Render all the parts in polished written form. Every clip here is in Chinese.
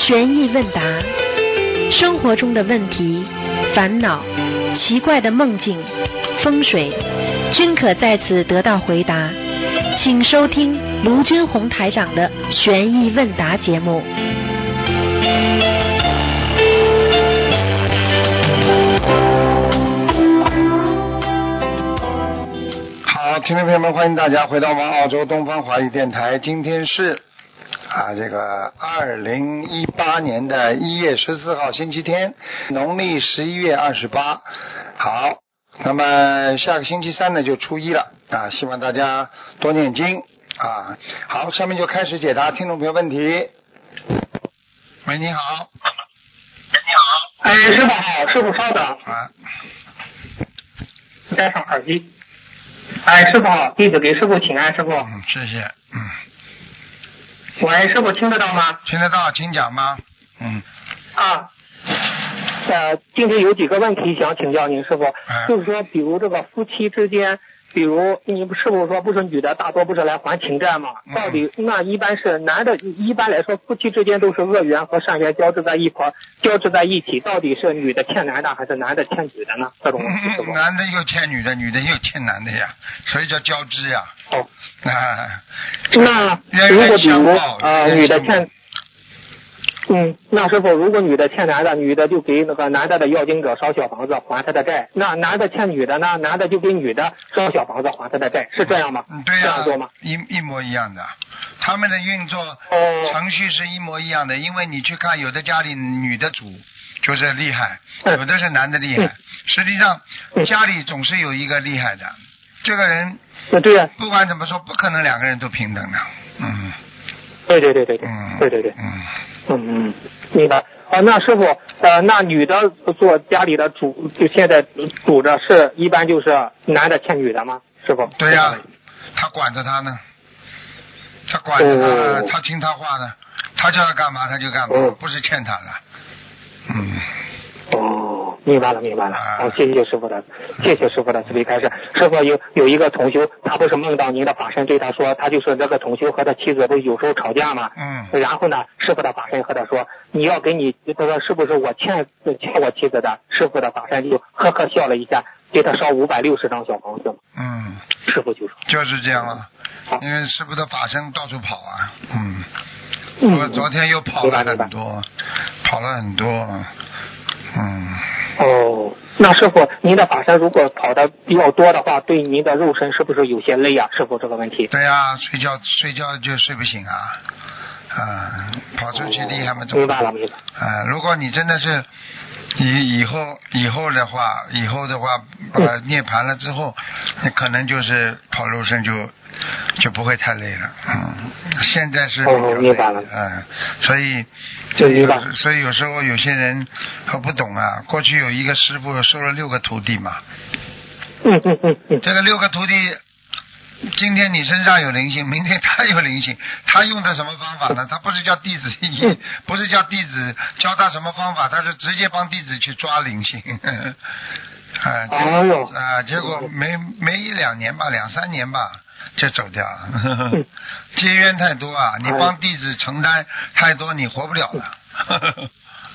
悬疑问答，生活中的问题、烦恼、奇怪的梦境、风水，均可在此得到回答。请收听卢军红台长的悬疑问答节目。 好，听众朋友们，欢迎大家回到我们澳洲东方华语电台。今天是这个2018年的1月14号星期天，农历11月28。好，那么下个星期三呢就初一了啊，希望大家多念经啊。好，下面就开始解答听众朋友问题。喂，你好。 哎，师傅好，师傅稍等。 啊。 戴上耳机。哎，师傅好，弟子给师傅请安，师傅。 谢谢。 喂，师傅听得到吗？ 听得到，请讲吧。 今天有几个问题想请教您，师傅。就是说，比如这个夫妻之间，比如你师傅说不是女的大多不是来还情债嘛？到底那一般是男的，一般来说夫妻之间都是恶缘和善缘交织在一起，到底是女的欠男的还是男的欠女的呢？这种问题，师傅。 男的又欠女的，女的又欠男的呀，所以叫交织呀。 那如果比如女的欠，那师傅，如果女的欠男的，女的就给那个男的要经者烧小房子还他的债，那男的欠女的呢，男的就给女的烧小房子还他的债，是这样吗？ 对呀， 这样做吗？ 一模一样的，他们的运作程序是一模一样的，因为你去看有的家里女的主就是厉害，有的是男的厉害，实际上家里总是有一个厉害的，这个人对呀， 不管怎么说不可能两个人都平等的。 对，明白。那师傅，那女的做家里的主，就现在主着是一般就是男的欠女的吗？师傅？ 对呀，他管着他呢，他管着他，他听他话呢，他叫他干嘛他就干嘛，不是欠他的。 明白了。谢谢师傅的慈悲开示。师傅有一个同修，他不是梦到您的法身对他说，他就是这个同修和他妻子不是有时候吵架嘛，然后呢，师傅的法身和他说，你要给你，他说是不是我欠我妻子的？师傅的法身就呵呵笑了一下，给他烧560张小房子。师傅就说就是这样啊，因为师傅的法身到处跑啊。我昨天又跑了很多。 那师傅，您的法身如果跑的比较多的话，对您的肉身是不是有些累啊？师傅，这个问题。 对啊，睡觉就睡不醒啊。跑出去厉害嘛？ 明白了。 如果你真的是以后的话，涅槃了之后，你可能就是跑肉身就不会太累了。现在是明白了。 所以有时候有些人他不懂啊。过去有一个师傅收了6个徒弟嘛。这个6个徒弟，今天你身上有灵性，明天他有灵性，他用的什么方法呢？他不是叫弟子不是叫弟子教他什么方法，他是直接帮弟子去抓灵性。结果没1-2年吧，2-3年吧就走掉了。结冤太多啊，你帮弟子承担太多，你活不了了。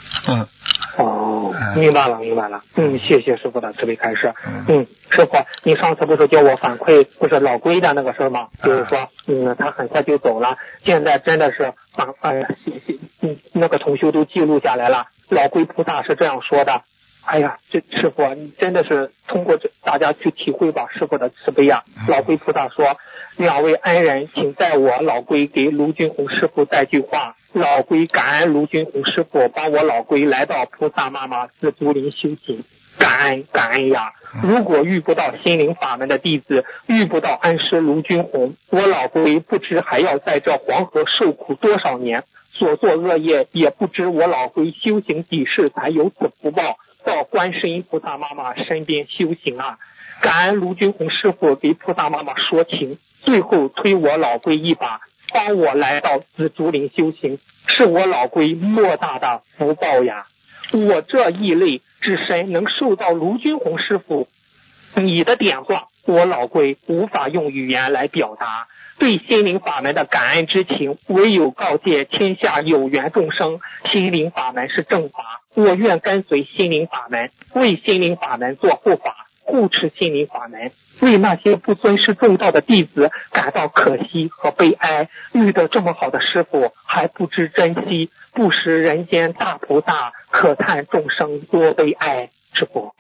明白了。谢谢师傅的慈悲开示。师傅，你上次不是叫我反馈不是老龟的那个事吗？就是说，他很快就走了，现在真的是那个同修都记录下来了。老龟菩萨是这样说的。哎呀，这师傅你真的是通过大家去体会吧师傅的慈悲啊。老龟菩萨说，2位恩人，请带我老龟给卢军红师傅带句话。老龟感恩卢军红师傅帮我老龟来到菩萨妈妈紫竹林修行，感恩呀！如果遇不到心灵法门的弟子，遇不到恩师卢军红，我老龟不知还要在这黄河受苦多少年，所作恶业也不知我老龟修行几世才有此福报，到观世音菩萨妈妈身边修行啊！感恩卢军红师傅给菩萨妈妈说情，最后推我老龟一把，帮我来到紫竹林修行，是我老龟莫大的福报呀！我这一类之身能受到卢军红师傅你的点化， 我老龟无法用语言来表达。对心灵法门的感恩之情，唯有告诫天下有缘众生，心灵法门是正法，我愿跟随心灵法门，为心灵法门做护法，护持心灵法门，为那些不尊师重道的弟子感到可惜和悲哀，遇到这么好的师父还不知珍惜，不识人间大菩萨，可叹众生多悲哀。师父，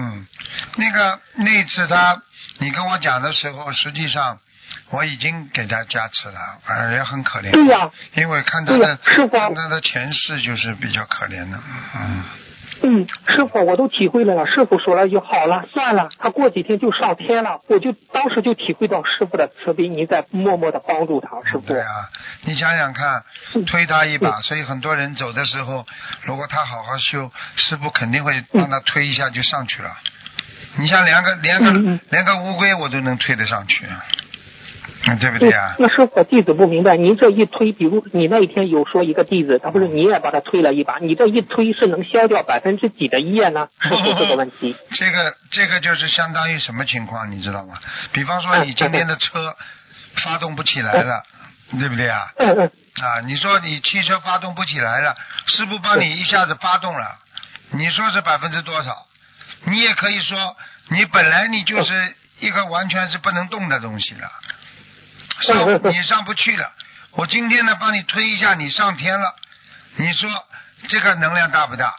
那次你跟我讲的时候，实际上我已经给他加持了，反正也很可怜。 对呀， 因为看他的前世就是比较可怜的。 师傅，我都体会了。师傅说了就好了，算了，他过几天就上天了。我就当时就体会到师傅的慈悲，你在默默的帮助他。师傅， 对啊，你想想看，推他一把。所以很多人走的时候，如果他好好修，师傅肯定会帮他推一下就上去了。你像连个乌龟我都能推得上去。对不对啊？ 那师傅，弟子不明白，您这一推，比如你那一天有说一个弟子，他不是你也把他推了一把，你这一推是能消掉几%的业呢？师傅，这个问题。 这个就是相当于什么情况，你知道吗？比方说你今天的车发动不起来了，对不对啊？你说你汽车发动不起来了，师傅帮你一下子发动了，你说是%多少？你也可以说你本来你就是一个完全是不能动的东西了。你上不去了，我今天呢帮你推一下，你上天了，你说这个能量大不大？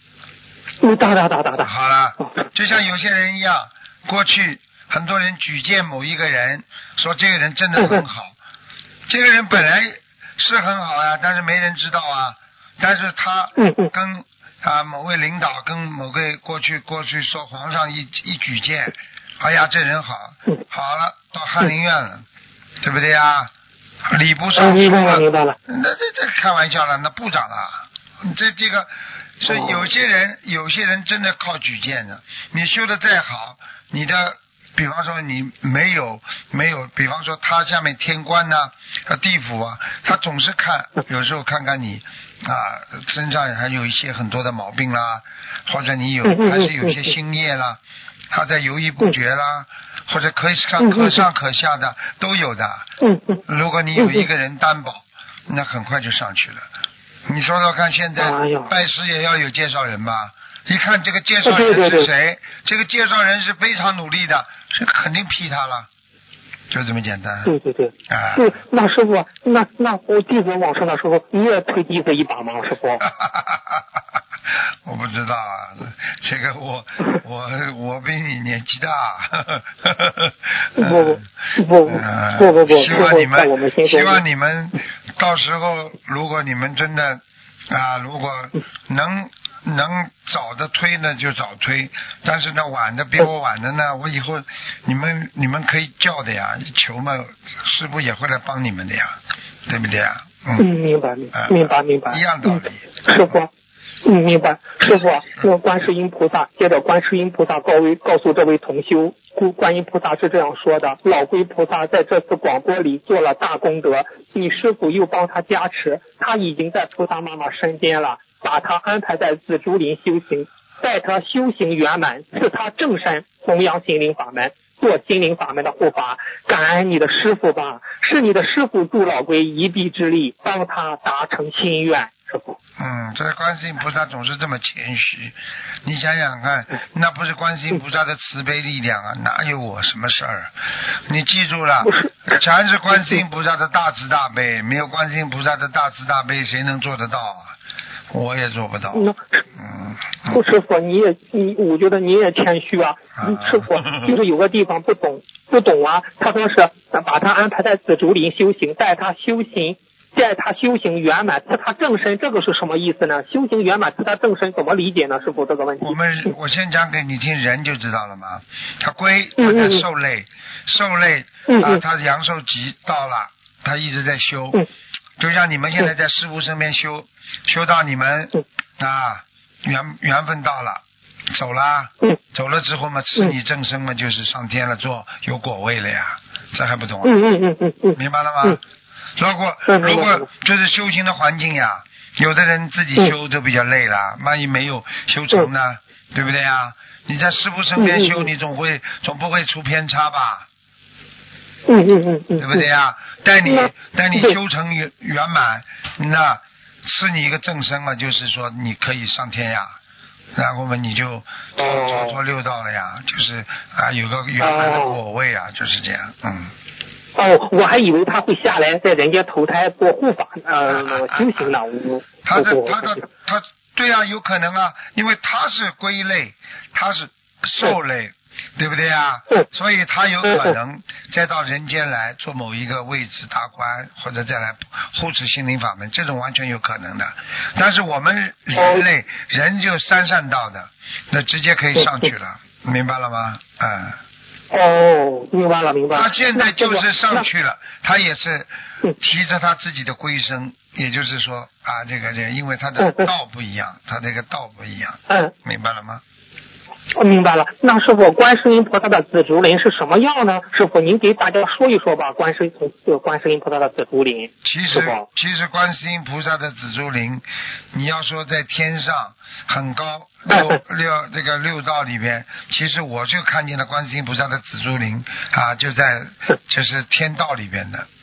大。 好了，就像有些人一样，过去很多人举荐某一个人，说这个人真的很好，这个人本来是很好呀，但是没人知道啊。但是他跟某位领导跟某个过去说皇上一举荐，哎呀这人好了，到翰林院了。对不对呀？礼部尚书了，那这开玩笑了，那部长了，这个是有些人真的靠举荐的。你修的再好，你的比方说你没有，比方说他下面天官呐、地府啊，他总是看，有时候看看你身上还有一些很多的毛病啦，或者你还是有一些心业啦。他在犹豫不决啦，或者可上可下的都有的。如果你有一个人担保，那很快就上去了。你说说看，现在拜师也要有介绍人吧？一看这个介绍人是谁，这个介绍人是非常努力的，这肯定批他了，就这么简单。 对。那师傅，那我弟子往生的时候，你也推弟子一把吗？师傅？ 我不知道啊，这个我比你年纪大。 不， 希望你们到时候，如果你们真的如果能早的推呢就早推，但是呢比我晚的呢，我以后你们可以叫的呀，求嘛，师父也会来帮你们的呀，对不对呀？ 明白， 一样道理。 师父。明白。师父，观世音菩萨接着观世音菩萨告诉这位同修，观音菩萨是这样说的：老龟菩萨在这次广播里做了大功德，你师父又帮他加持，他已经在菩萨妈妈身边了，把他安排在紫竹林修行，待他修行圆满，赐他正身，弘扬心灵法门，做心灵法门的护法。感恩你的师父吧，是你的师父助老龟一臂之力，帮他达成心愿。 这观世音菩萨总是这么谦虚，你想想看，那不是观世音菩萨的慈悲力量啊，哪有我什么事儿？你记住了，全是观世音菩萨的大慈大悲，没有观世音菩萨的大慈大悲，谁能做得到啊？我也做不到。 师父，我觉得你也谦虚啊。师父，就是有个地方不懂啊。他说是把他安排在紫竹林修行，带他修行圆满，赐他正身，这个是什么意思呢？修行圆满赐他正身怎么理解呢？师父，这个问题。 我先讲给你听，人就知道了嘛。他龟，他在受累，他阳寿极到了，他一直在修。就像你们现在在师父身边修到你们缘分到了，走了之后嘛，赐你正身嘛，就是上天了，做有果位了呀，这还不懂啊？明白了吗？如果就是修行的环境呀，有的人自己修就比较累了，万一没有修成呢，对不对呀？ 你在师父身边修，你总不会出偏差吧？ 对不对呀？带你修成圆满，那赐你一个正身嘛，就是说你可以上天呀。然后嘛，你就做六道了呀，就是有个圆满的果位啊，就是这样， 我还以为他会下来在人间投胎做护法修行呢。 他对啊，有可能啊，因为他是归类，他是兽类。对不对啊？所以他有可能再到人间来做某一个位置大官，或者再来护持心灵法门，这种完全有可能的。但是我们人就三道的，那直接可以上去了，明白了吗？ 明白了。 他现在就是上去了，他也是提着他自己的归生，也就是说这个因为他的道不一样，他这个道不一样，明白了吗？ 我明白了。那师傅，观世音菩萨的紫竹林是什么样呢？师傅，您给大家说一说吧。观世音菩萨的紫竹林。其实观世音菩萨的紫竹林，你要说在天上很高，六道里边，其实我就看见了观世音菩萨的紫竹林就是天道里边的。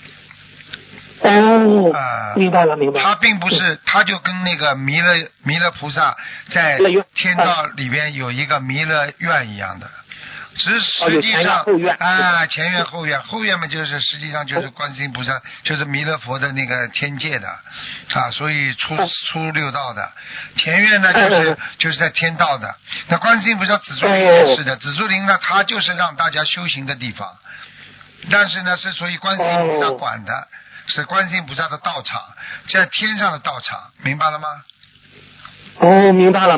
明白了。 他并不是，他就跟那个弥勒菩萨在天道里边有一个弥勒院一样的，实际上前院后院，后院嘛就是实际上就是观世音菩萨，就是弥勒佛的那个天界的所以出六道的，前院呢就是在天道的。那观世音菩萨紫竹林也是的，紫竹林呢它就是让大家修行的地方，但是呢是属于观世音菩萨管的。是观世音菩萨的道场，在天上的道场，明白了吗？ 明白了。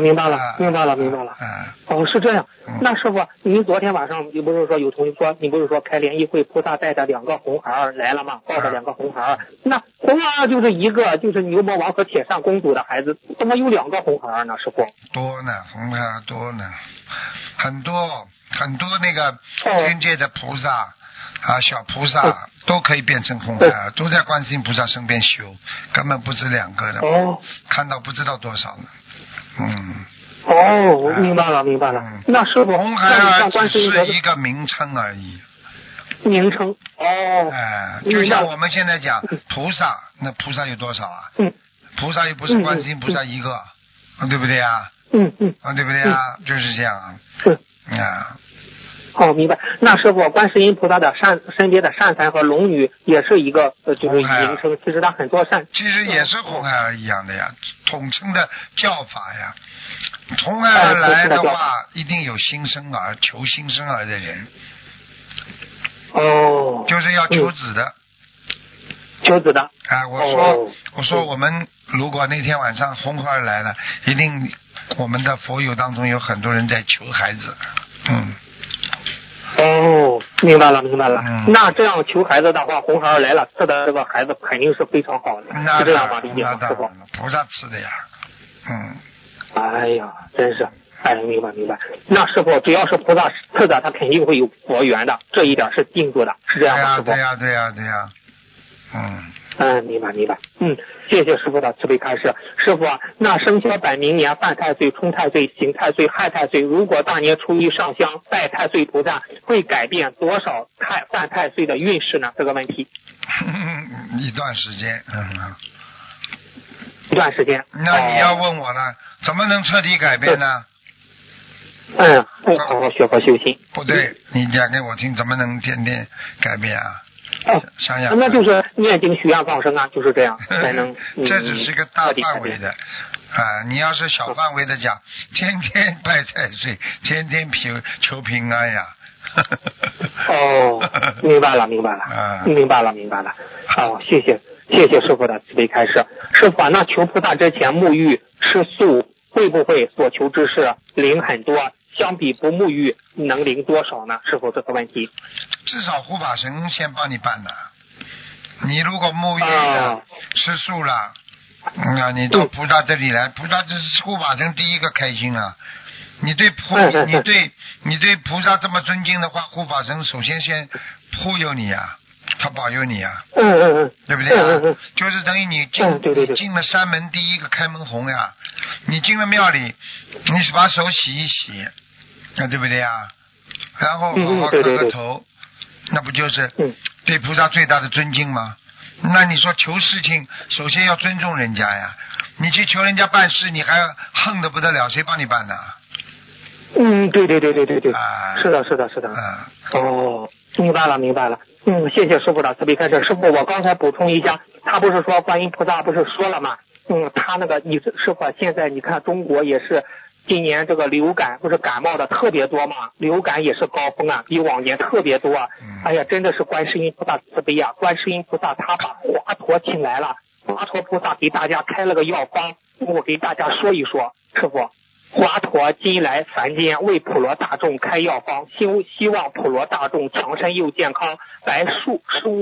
是这样。那师傅，您昨天晚上你不是说有同学说，你不是说开联谊会，菩萨带着2个红孩儿来了吗？抱着2个红孩儿。那红孩儿就是一个就是牛魔王和铁扇公主的孩子，怎么有2个红孩儿呢？师傅多呢，红孩儿多呢，很多那个天界的菩萨小菩萨都可以变成红孩儿，都在观世音菩萨身边修，根本不止2个的，看到不知道多少呢。 明白了。那师傅， 红孩儿只是一个名称而已。 名称就像我们现在讲菩萨，那菩萨有多少啊？菩萨又不是观世音菩萨一个，对不对啊？对不对啊？就是这样啊。 明白。那师傅，观世音菩萨的身边的善财和龙女也是一个就是名称，其实它很多善， 其实也是红孩儿一样的呀，统称的叫法呀。红孩儿来的话，一定有新生儿，求新生儿的人。就是要求子的。我说我们如果那天晚上红孩儿来了，一定我们的佛友当中有很多人在求孩子。 明白了。那这样求孩子的话，红孩儿来了，赐的这个孩子肯定是非常好的，是这样吗？理解吗？师傅， 菩萨赐的呀。 哎呀，真是，明白。那师傅，只要是菩萨赐的，他肯定会有佛缘的，这一点是定住的，是这样吗？师傅？ 对呀。 明白。谢谢师傅的慈悲开示。师傅那生肖本明年犯太岁、冲太岁、刑太岁、害太岁，如果大年初一上香拜太岁菩萨，会改变多少犯太岁的运势呢？这个问题。 一段时间。 那你要问我了，怎么能彻底改变呢？ 好好学佛修心。 不对，你讲给我听，怎么能天天改变啊？想想， 那就是念经许愿放生啊，就是这样才能。 这只是个大范围的你要是小范围的讲，天天拜太岁，天天求平安呀。 明白了。谢谢师傅的慈悲开示。师傅那求菩萨之前沐浴吃素，会不会所求之事灵很多？相比不沐浴能灵多少呢？师傅这个问题。 至少护法神先帮你办的。你如果沐浴了，吃素了，你到菩萨这里来，菩萨这是护法神第一个开心啊。你对菩萨这么尊敬的话，护法神首先护佑你啊，他保佑你啊。对不对啊？就是等于你进了山门第一个开门红呀。你进了庙里，你把手洗一洗， 对不对呀？然后好好磕个头，那不就是对菩萨最大的尊敬吗？那你说求事情，首先要尊重人家呀。你去求人家办事，你还横得不得了，谁帮你办呢？ 对，是的。明白了。谢谢师傅的慈悲开示。师傅，我刚才补充一下，他不是说观音菩萨不是说了吗？他那个师傅现在你看中国也是今年这个流感不是感冒的特别多嘛，流感也是高峰啊，比往年特别多。哎呀，真的是观世音菩萨慈悲啊！观世音菩萨他把华佗请来了，华佗菩萨给大家开了个药方，我给大家说一说，师傅。华佗今来凡间为普罗大众开药方，希望普罗大众强身又健康。白硕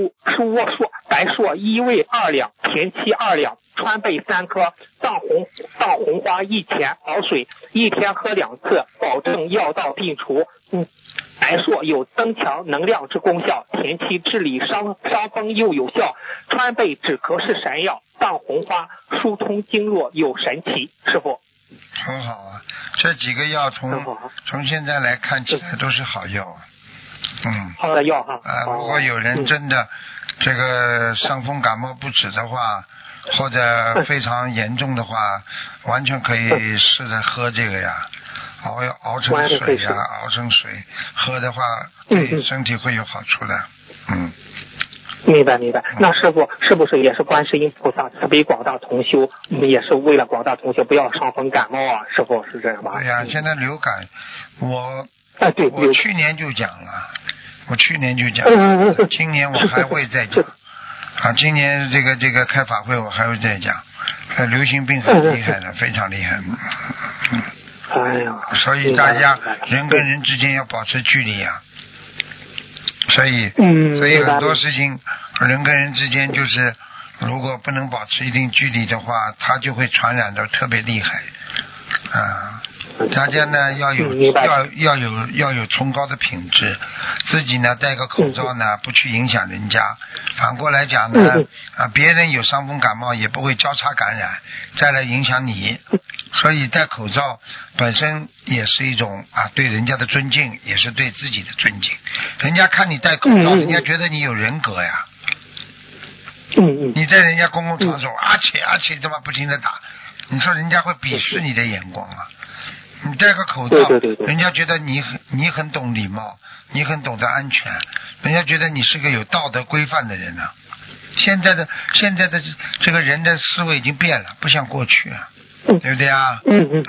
1味2两，田七2两，川贝3颗，藏红花1钱，熬水1天喝2次，保证药到病除。白硕有增强能量之功效，田七治理伤风又有效，川贝止咳是神药，藏红花疏通经络有神奇。师傅很好啊，这几个药从现在来看起来都是好药啊。 好的药哈。 如果有人真的这个伤风感冒不止的话，或者非常严重的话，完全可以试着喝这个呀，熬成水呀，熬成水喝的话，对身体会有好处的。 明白。那师傅是不是也是观世音菩萨慈悲广大同修，也是为了广大同修不要伤风感冒啊？师傅是这样吧？ 对呀，现在流感，我去年就讲了，今年我还会再讲。今年这个开法会我还会再讲。流行病很厉害的，非常厉害。 哎呀， 所以大家人跟人之间要保持距离啊。所以很多事情人跟人之间就是如果不能保持一定距离的话，它就会传染的特别厉害大家呢要有崇高的品质，自己呢戴个口罩呢不去影响人家，反过来讲呢别人有伤风感冒也不会交叉感染再来影响你，所以戴口罩本身也是一种对人家的尊敬，也是对自己的尊敬。人家看你戴口罩，人家觉得你有人格呀。你在人家公共场所而且这么不停的打，你说人家会鄙视你的眼光啊。你戴个口罩，人家觉得你很懂礼貌，你很懂得安全，人家觉得你是个有道德规范的人啊。现在的这个人的思维已经变了，不像过去啊。对不对啊？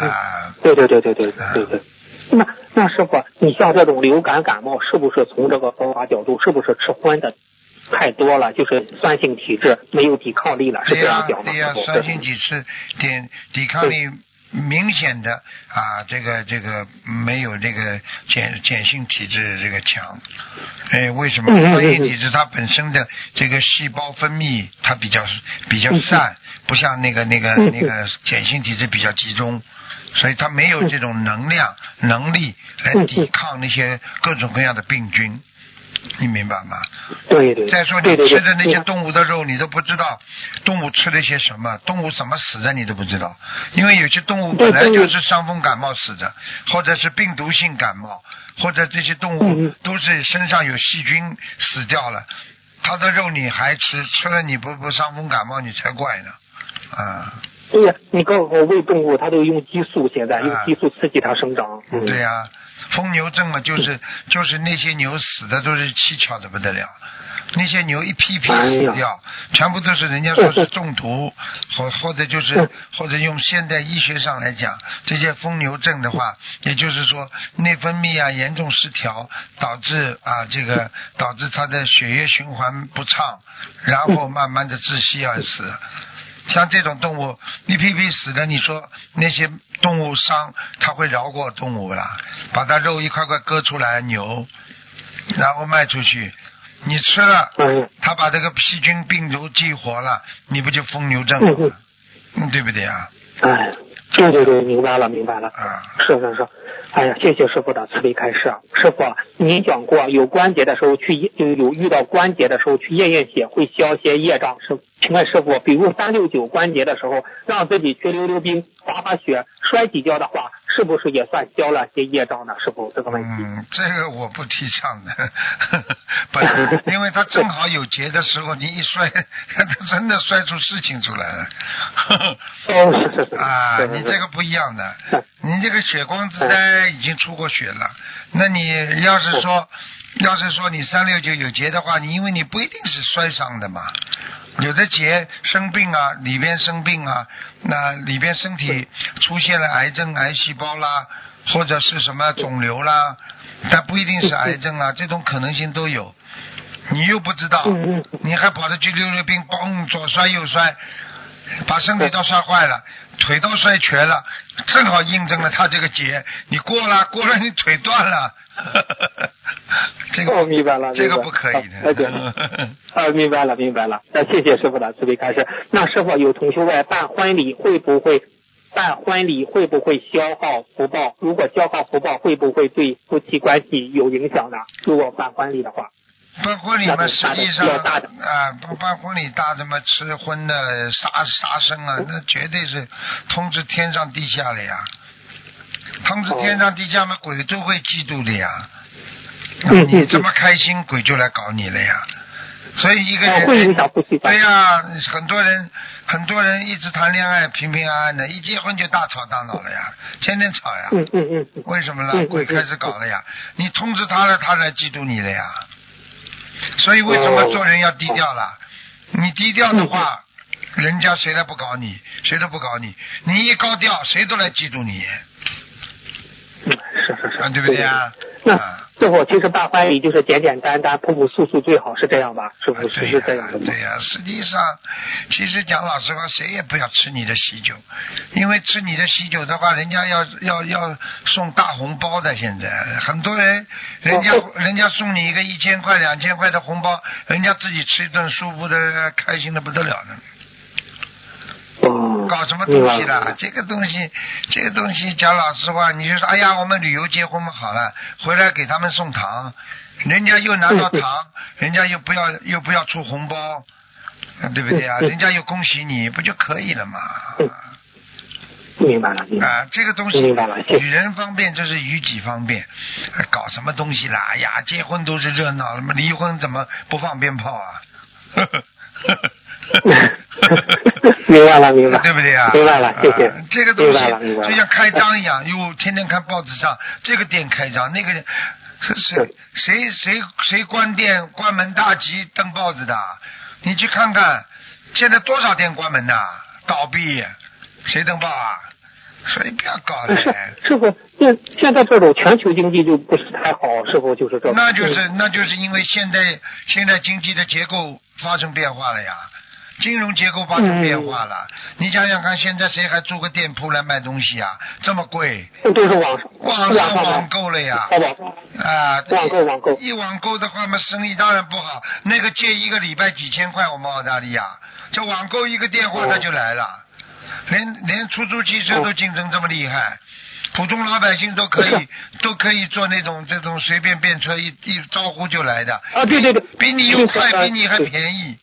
对。那师傅，你像这种流感感冒，是不是从这个佛法角度，是不是吃荤的太多了，就是酸性体质没有抵抗力了，是这样讲吗？ 对呀，酸性体质抵抗力明显的这个没有这个碱性体质这个强。为什么？酸性体质它本身的这个细胞分泌它比较散，不像那个碱性体质比较集中，所以它没有这种能力来抵抗那些各种各样的病菌。你明白吗？ 对。 再说你吃的那些动物的肉，你都不知道动物吃了些什么，动物怎么死的你都不知道，因为有些动物本来就是伤风感冒死的，或者是病毒性感冒，或者这些动物都是身上有细菌死掉了，它的肉你还吃了你不伤风感冒你才怪呢。 对呀，你告诉我喂动物它都用激素，现在用激素刺激它生长。 对呀，疯牛症嘛，就是那些牛死的都是蹊跷的不得了，那些牛一批死掉，全部都是人家说是中毒，或者用现代医学上来讲，这些疯牛症的话，也就是说内分泌严重失调，导致它的血液循环不畅，然后慢慢的窒息而死。像这种动物一批死的，你说那些动物商他会饶过动物啦，把它肉一块块割出来牛，然后卖出去，你吃了他把这个细菌病毒激活了，你不就疯牛症了？对不对啊？ 对，明白了。是。哎呀，谢谢师傅的慈悲开示。师傅，您讲过有关节的时候有遇到关节的时候去验血会消些业障。请问师傅，比如369关节的时候，让自己去溜冰、滑雪、摔几跤的话， 是不是也算消了些业障呢？师傅，这个问题。 这个我不提倡的，不，因为他正好有劫的时候，你一摔，他真的摔出事情出来了。啊，你这个不一样的，你这个血光之灾已经出过血了，那你要是说你369有劫的话，因为你不一定是摔伤的嘛。有的劫生病啊，里边生病啊，那里边身体出现了癌症、癌细胞啦，或者是什么肿瘤啦，但不一定是癌症啊，这种可能性都有。你又不知道，你还跑着去溜溜冰，嘣，左摔右摔，把身体都摔坏了，腿都摔瘸了，正好印证了他这个劫。你过了，你腿断了。这个明白了， 这个不可以的。 明白了。那谢谢师傅的慈悲开示。那师傅有同学问，办婚礼会不会消耗福报？如果消耗福报，会不会对夫妻关系有影响呢？如果办婚礼的话。 办婚礼嘛，实际上办婚礼大这么吃荤的杀生啊，那绝对是通知天上地下了呀。通知天上地下嘛，鬼都会嫉妒的呀。你这么开心，鬼就来搞你了呀。所以一个人对呀，很多人一直谈恋爱平平安安的，一结婚就大吵大闹了呀，天天吵呀。为什么呢？鬼开始搞了呀。你通知他了，他来嫉妒你了呀。所以为什么做人要低调了？你低调的话，人家谁来不搞你？谁都不搞你。你一高调，谁都来嫉妒你。 是， 对不对啊？ 那师傅，其实办婚礼就是简简单单、朴朴素素最好，是这样吧？是不是这样的？ 对呀，实际上，其实讲老实话，谁也不要吃你的喜酒，因为吃你的喜酒的话，人家要送大红包的。现在很多人，人家送你一个1000块、2000块的红包，人家自己吃一顿舒服的、开心的不得了呢。搞什么东西啦？这个东西讲老实话，你就说哎呀，我们旅游结婚嘛，好了，回来给他们送糖，人家又拿到糖，人家又不要出红包，对不对啊？人家又恭喜你，不就可以了嘛？ 明白了。 这个东西与人方便就是与己方便，搞什么东西啦？哎呀，结婚都是热闹，那么离婚怎么不放鞭炮啊？ 明白了， 对不对啊？ 明白了，谢谢。 这个东西就像开张一样，天天看报纸上这个店开张，那个谁关店关门大吉登报纸的？你去看看，现在多少店关门呐，倒闭，谁登报啊？所以不要搞了。 师傅，现在这种全球经济就不是太好，师傅就是这。 那就是因为现在经济的结构发生变化了呀。金融结构发生变化了，你想想看，现在谁还租个店铺来卖东西啊？这么贵， 都是网上网购了呀。 网购一网购的话嘛，生意当然不好。那个借1个礼拜几千块，我们澳大利亚，这网购一个电话他就来了，连出租汽车都竞争这么厉害，普通老百姓都可以做这种随便便车，一招呼就来的。 对， 比你又快，比你还便宜。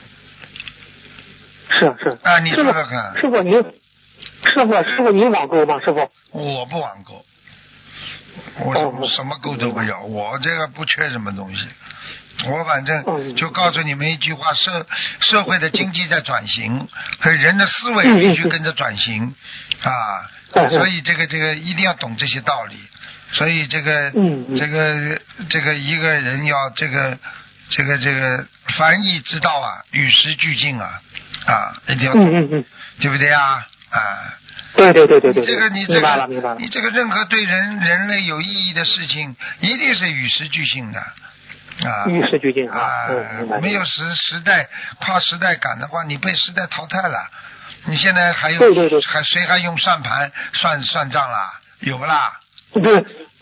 是你说说看。 师傅您网购吗？师傅， 我不网购，我什么购都不要，我这个不缺什么东西，我反正就告诉你们一句话：社会的经济在转型，和人的思维必须跟着转型所以这个一定要懂这些道理。所以这个一个人要这个翻译之道与时俱进一定要懂，对不对啊？ 对， 这个你明白了。 你这个任何对人类有意义的事情，一定是与时俱进的与时俱进没有时代怕时代感的话，你被时代淘汰了。你现在还有谁还用算盘算账啦？有不啦？ 对。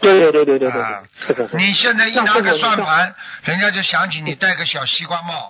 你现在一拿个算盘，人家就想起你戴个小西瓜帽，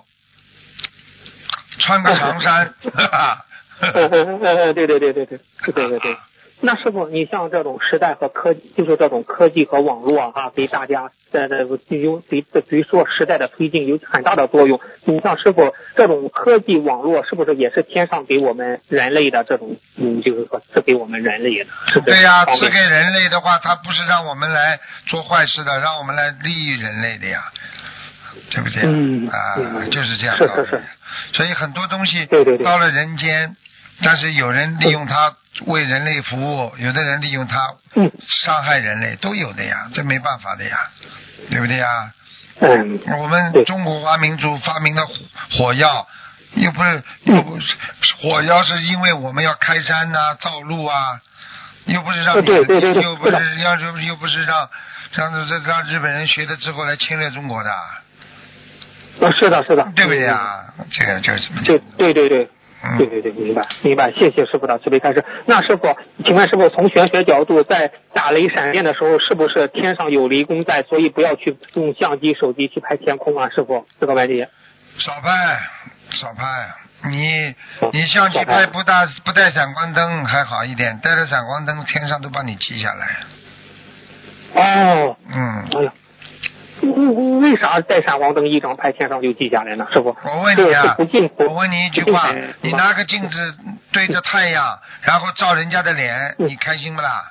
穿个长衫。 对。 那师傅，你像这种时代和科技，就是这种科技和网络给大家比如说时代的推进有很大的作用。你像师傅，这种科技网络是不是也是天上给我们人类的这种就是说是给我们人类的？是对呀，是给人类的话，它不是让我们来做坏事的，让我们来利益人类的呀。对不对？就是这样。 是。 所以很多东西对到了人间，但是有人利用它为人类服务，有的人利用它伤害人类，都有的呀，这没办法的呀，对不对呀？我们中国华民族发明了火药，又不是火药是因为我们要开山造路又不是让你又不是让日本人学了之后来侵略中国的。 是的， 对不对啊？这个就是这么讲。 对，明白。谢谢师傅的慈悲开示。那师傅，请问师傅，从玄学角度，在打雷闪电的时候，是不是天上有雷公在，所以不要去用相机、手机去拍天空师傅，这个问题。 少拍。你相机拍不带闪光灯还好一点，带着闪光灯，天上都帮你记下来。 哎呀。为啥带闪光灯一张拍天上就记下来呢？师傅， 我问你一句话，你拿个镜子对着太阳，然后照人家的脸，你开心不啦？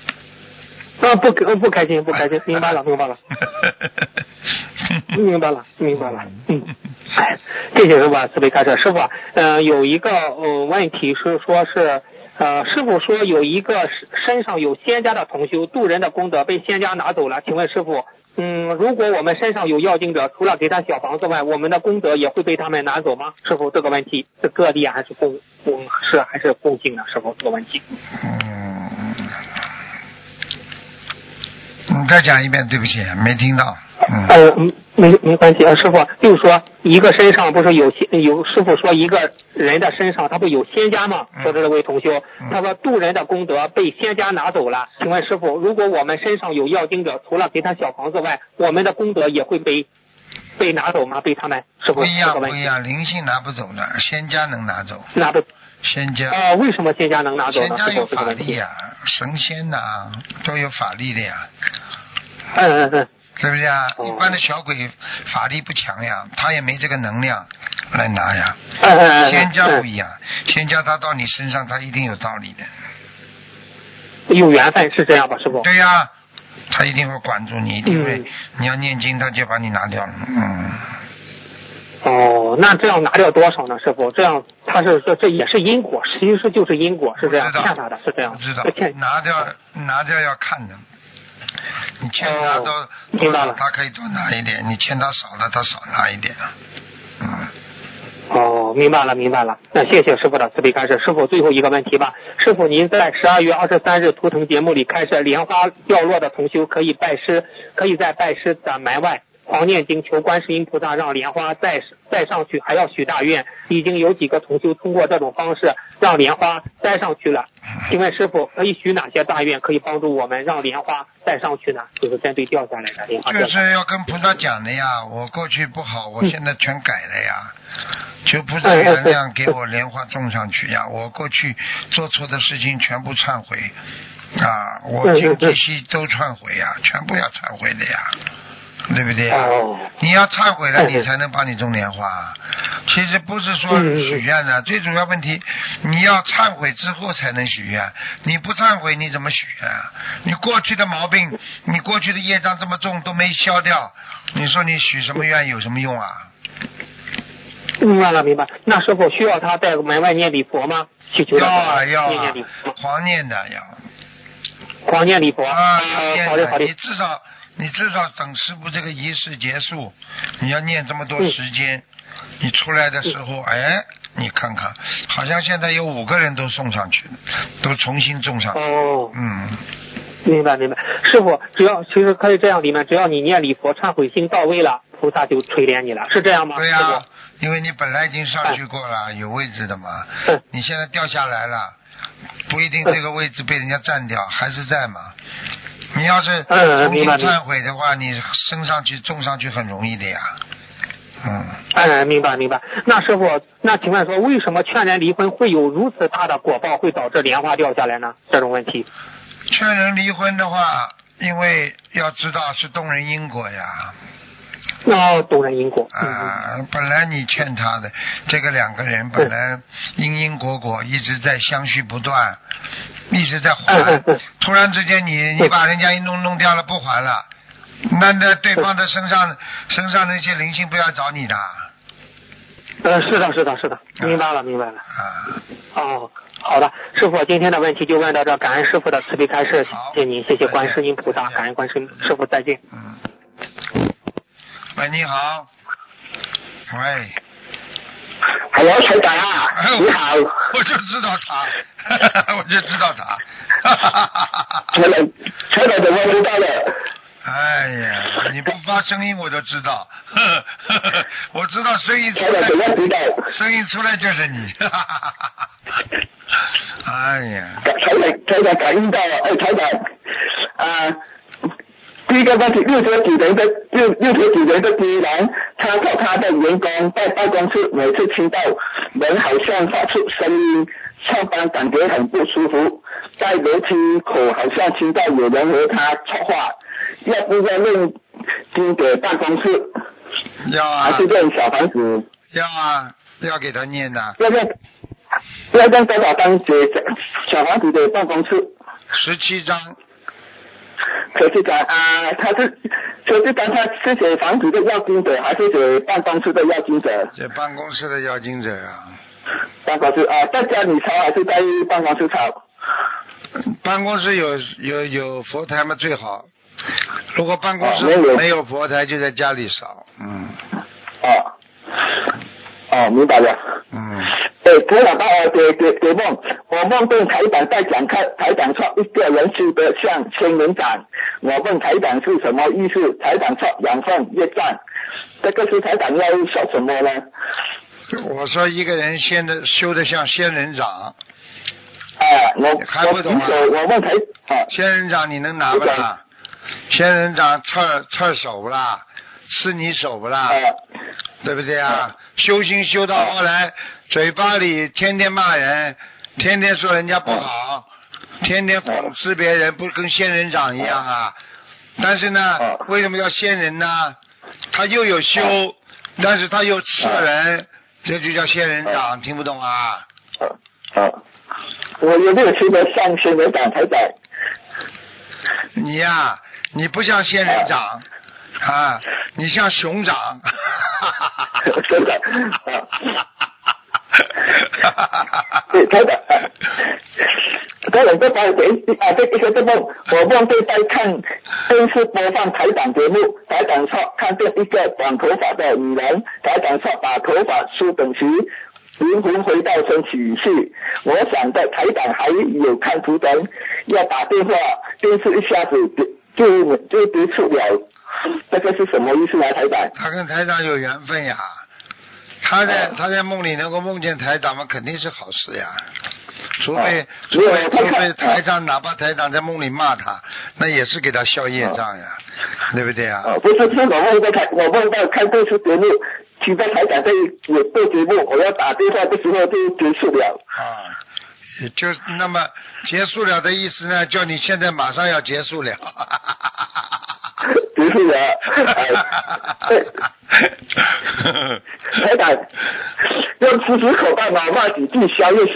不开心，明白了。明白了。谢谢师傅慈悲开示。师傅，有一个问题是说是。师傅说有一个身上有仙家的同修渡人的功德被仙家拿走了，请问师傅，如果我们身上有要经者，除了给他小房子外，我们的功德也会被他们拿走吗？师傅，这个问题是个例还是共性呢？师傅，这个问题。 你再讲一遍，对不起，没听到。 没关系师傅，就是说一个身上不是有师傅说一个人的身上他不有仙家吗？说这位同修，他说渡人的功德被仙家拿走了，请问师傅，如果我们身上有要经者，除了给他小房子外，我们的功德也会被拿走吗？被他们师傅？不一样，灵性拿不走的，仙家能拿走。 拿不仙家为什么仙家能拿走呢？ 仙家有法力神仙都有法力的呀。对不对啊？一般的小鬼法力不强呀，他也没这个能量来拿呀。仙家不一样，仙家他到你身上，他一定有道理的。有缘分是这样吧，师傅？ 对呀，他一定会管住你，一定会。你要念经，他就把你拿掉了。 那这样拿掉多少呢，师傅？这样他是说这也是因果，其实就是因果，是这样欠他的，是这样。 知道。拿掉要看的。你欠他多少，他可以多拿一点；你欠他少了，他少拿一点。 明白了。那谢谢师傅的慈悲开示。师傅，最后一个问题吧。师傅，您在12月23日图腾节目里开示，莲花掉落的同修可以在拜师的门外狂念经，求观世音菩萨让莲花再上去，还要许大愿。已经有几个同修通过这种方式让莲花再上去了。请问师傅，可以许哪些大愿可以帮助我们让莲花再上去呢？就是针对掉下来的莲花。 就是要跟菩萨讲的呀，我过去不好，我现在全改了呀。求菩萨原谅，给我莲花种上去呀！我过去做错的事情全部忏悔我经济系都忏悔呀，全部要忏悔的呀。对不对你要忏悔了，你才能帮你种莲花。其实不是说许愿的，最主要问题，你要忏悔之后才能许愿。你不忏悔，你怎么许愿你过去的毛病，你过去的业障这么重都没消掉，你说你许什么愿有什么用啊？ 明白。那师傅需要他在门外念礼佛吗？ 要狂念的要。 狂念礼佛好的。你至少等师父这个仪式结束，你要念这么多时间，你出来的时候，你看看，好像现在有5个人都送上去了，都重新种上去。 明白。师父，其实可以这样，只要你念礼佛，忏悔心到位了，菩萨就垂怜你了，是这样吗？ 对呀，因为你本来已经上去过了，有位置的嘛。你现在掉下来了，不一定这个位置被人家占掉，还是在嘛。你要是重新忏悔的话，你升上去种上去很容易的呀。 明白。那师傅，那请问说，为什么劝人离婚会有如此大的果报，会导致莲花掉下来呢？这种问题。 劝人离婚的话，因为要知道是动人因果呀。 动人因果。 本来你劝他的这个两个人本来因果一直在相续不断，一直在还，突然之间你把人家一弄掉了不还了，那对方的身上那些灵性不要找你的。 是的，明白了。好的，师傅，今天的问题就问到这，感恩师傅的慈悲开示，谢谢您，谢谢观世音菩萨，感恩观世音师傅，再见。 喂，你好。喂。 Hello， 台长啊，你好。 我就知道他。 台长怎么知道的？ 哎呀，你不发声音我就知道，我知道声音出来，声音出来就是你。哎呀， 台长感应到了，台长第一个问题，六条主人的第一栏，他和他的员工在办公室每次听到人好像发出声音，上班感觉很不舒服，在楼梯口好像听到有人和他说话，要不要念经给办公室？ 要啊。 还是念小房子？ 要啊，要给他念的。 要让多少张给小房子给办公室 ？17张。 17张他是给房子的要经者，还是给办公室的要经者？ 给办公室的要经者啊。 办公室在家里抄还是在办公室抄？ 办公室有佛台嘛最好，如果办公室没有佛台，就在家里烧。 明白了。台长给梦，我梦见台长在讲课，台长说一个人修得像仙人掌，我问台长是什么意思，台长说养分业障，这个是台长要说什么呢？ 我说一个人修得像仙人掌。还不懂啊？ 我问台仙人掌你能拿不啦？仙人掌刺手不啦？吃你手不啦？对不对啊？修行修到后来，嘴巴里天天骂人，天天说人家不好，天天讽刺别人，不跟仙人掌一样啊？但是呢，为什么叫仙人呢？他又有修，但是他又刺人，这就叫仙人掌，听不懂啊？ 我有没有修得像仙人掌台长？ 你呀，你不像仙人掌。你像熊掌。 真的。对，台长。台长这帮这梦，我梦见在看电视播放台长节目，台长说看见一个短头发的女人，台长说把头发梳整齐，灵魂回到身体去。我想在台长还有看图腾，要打电话，电视一下子就结束了。这个是什么意思啊，台长？ 他跟台长有缘分呀，他在梦里能够梦见台长嘛，肯定是好事呀。除非台长，哪怕台长在梦里骂他，那也是给他消业障呀，对不对啊？ 不是，我梦到看电视节目，听到台长在做节目，我要打电话的时候就结束了。 就那么结束了的意思呢，叫你现在马上要结束了。 结束了。台长用40口袋老骂几句消业。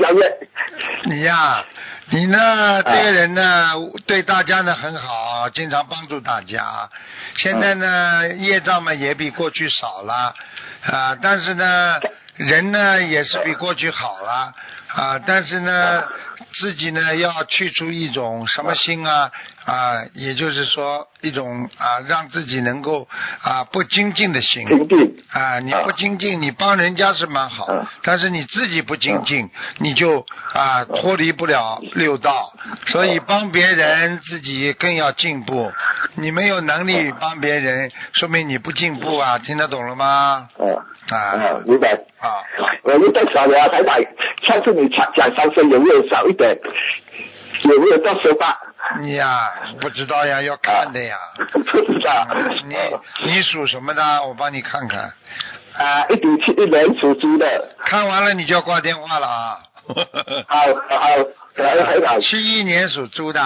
你呢？这个人呢，对大家呢很好，经常帮助大家。现在呢，业障嘛也比过去少了但是呢，人呢也是比过去好了但是呢，自己呢要去除一种什么心也就是说一种让自己能够不精进的心你不精进，你帮人家是蛮好但是你自己不精进你就脱离不了六道，所以帮别人自己更要进步。你没有能力帮别人，说明你不进步听得懂了吗？ 明白我有点少了台长，上次你讲上升有没有少一点？有没有到18？ 你不知道呀，要看的呀。 不知道。 你属什么的？我帮你看看。 1971年属猪的。 看完了你就要挂电话了啊。 好，台长。 71年属猪的。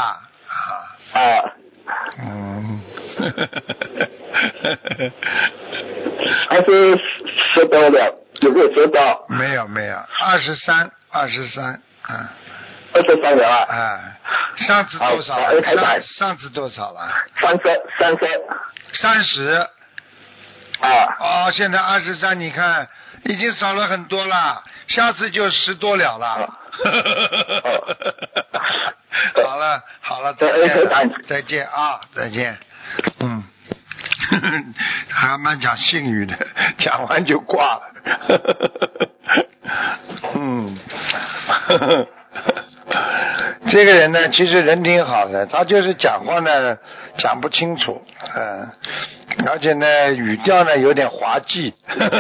还是10多了，有没有10多？ 没有，23， 23了啊。 上次多少？上次多少了？30。现在23，你看已经少了很多了，下次就10多了了。好了，再见啊，再见。还蛮讲信誉的，讲完就挂了。这个人呢，其实人挺好的，他就是讲话呢讲不清楚，而且呢语调呢有点滑稽，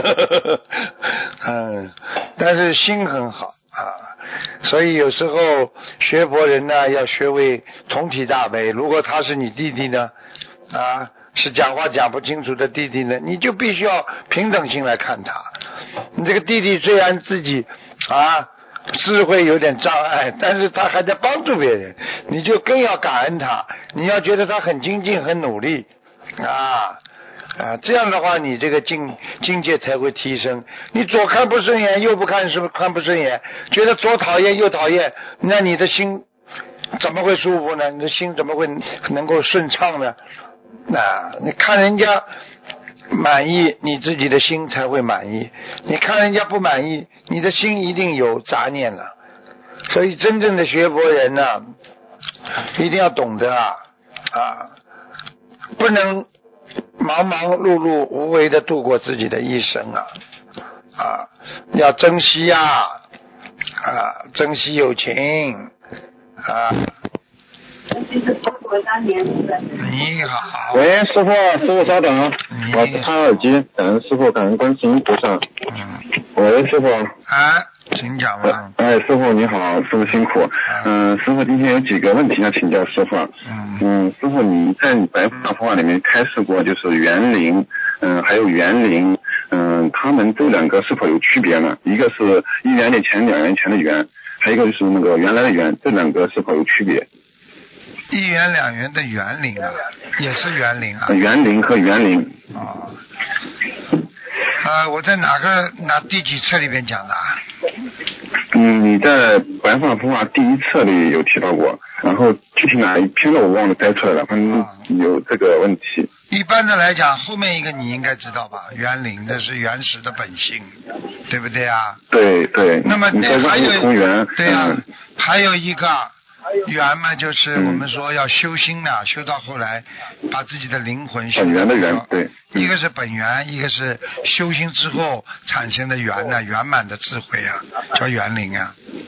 但是心很好所以有时候学佛人呢要学会同体大悲。如果他是你弟弟呢是讲话讲不清楚的弟弟呢，你就必须要平等心来看他。你这个弟弟虽然自己智慧有点障碍，但是他还在帮助别人，你就更要感恩他，你要觉得他很精进很努力这样的话你这个境界才会提升。你左看不顺眼右不看不顺眼，觉得左讨厌右讨厌，那你的心怎么会舒服呢？你的心怎么会能够顺畅呢？你看人家满意，你自己的心才会满意。你看人家不满意，你的心一定有杂念了。所以真正的学佛人呢，一定要懂得不能忙忙碌碌无为的度过自己的一生要珍惜珍惜友情你好。 喂，师傅稍等，我是插耳机，感恩师傅，感恩观世音菩萨。喂，师傅。 请讲吧。 师傅你好，师傅辛苦。师傅今天有几个问题要请教师傅。师傅你在白话佛法里面开示过，就是园林，还有园林，他们这两个是否有区别呢？一个是1元的钱2元钱的元，还有一个就是那个原来的元，这两个是否有区别 ？1元2元的园林也是园林园林和园林。 我在哪第几册里边讲的你在白话佛法第1册里有提到过，然后具体哪一篇的我忘了摘出来了，反正有这个问题。 一般的来讲，后面一个你应该知道吧？园林那是原始的本性，对不对啊？ 对。 那么还有对还有一个缘嘛，就是我们说要修心的，修到后来把自己的灵魂修本源的缘，对， 一个是本源，一个是修心之后产生的缘呢，圆满的智慧叫园林